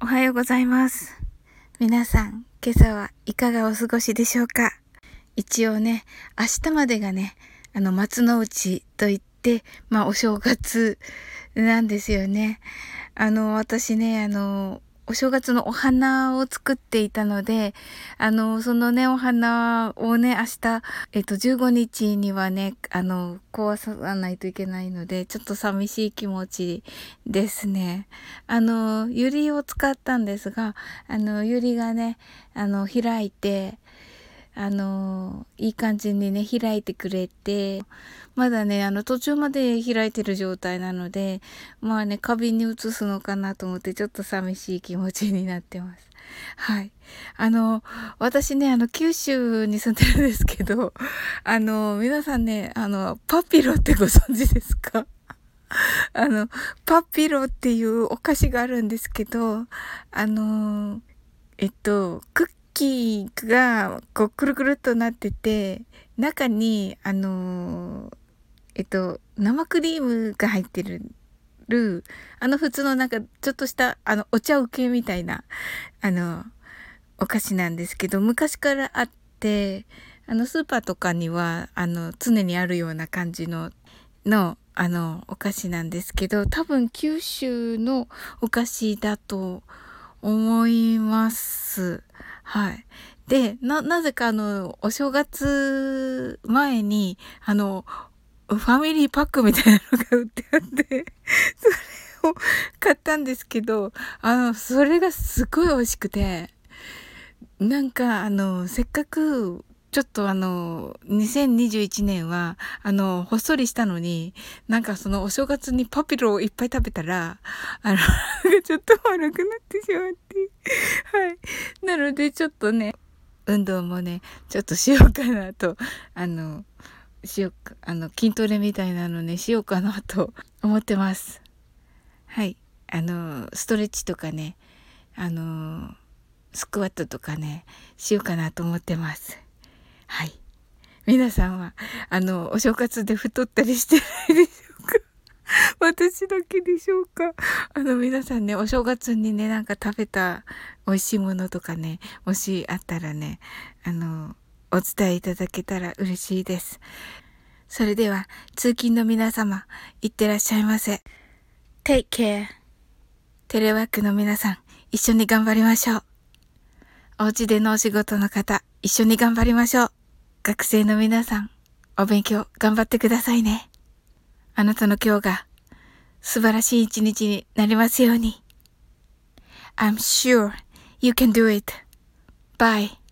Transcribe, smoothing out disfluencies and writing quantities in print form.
おはようございます。皆さん、今朝はいかがお過ごしでしょうか。一応ね、明日までがね、松の内といって、お正月なんですよね。私ね、お正月のお花を作っていたので、そのね、お花をね、明日、15日にはね、壊さないといけないので、ちょっと寂しい気持ちですね。ユリを使ったんですが、ユリがね、開いて、いい感じにね、開いてくれて、まだね、途中まで開いてる状態なので、花瓶に移すのかなと思って、ちょっと寂しい気持ちになってます。はい。私ね、九州に住んでるんですけど、皆さんね、パピロってご存知ですか？パピロっていうお菓子があるんですけど、クッキーがこうくるくるっとなってて、中に生クリームが入ってる、普通のなんかちょっとしたお茶受けみたいなお菓子なんですけど、昔からあって、スーパーとかには常にあるような感じのお菓子なんですけど、多分九州のお菓子だと思います。はい。で、なぜかお正月前に、ファミリーパックみたいなのが売ってあって、それを買ったんですけど、それがすごい美味しくて、なんかせっかく、ちょっと2021年は、ほっそりしたのに、なんかそのお正月にパピロをいっぱい食べたら、ちょっと悪くなってしまって。はい。なので、ちょっとね、運動もね、ちょっとしようかなと、しようか、筋トレみたいなのね、しようかなと思ってます。はい。ストレッチとかね、スクワットとかね、しようかなと思ってます。はい。皆さんは、お正月で太ったりしてないでしょうか？私だけでしょうか？皆さんね、お正月にね、なんか食べた美味しいものとかね、もしあったらね、お伝えいただけたら嬉しいです。それでは、通勤の皆様、いってらっしゃいませ。Take care. テレワークの皆さん、一緒に頑張りましょう。お家でのお仕事の方、一緒に頑張りましょう。学生の皆さん、お勉強頑張ってくださいね。あなたの今日が素晴らしい一日になりますように。I'm sure you can do it. Bye.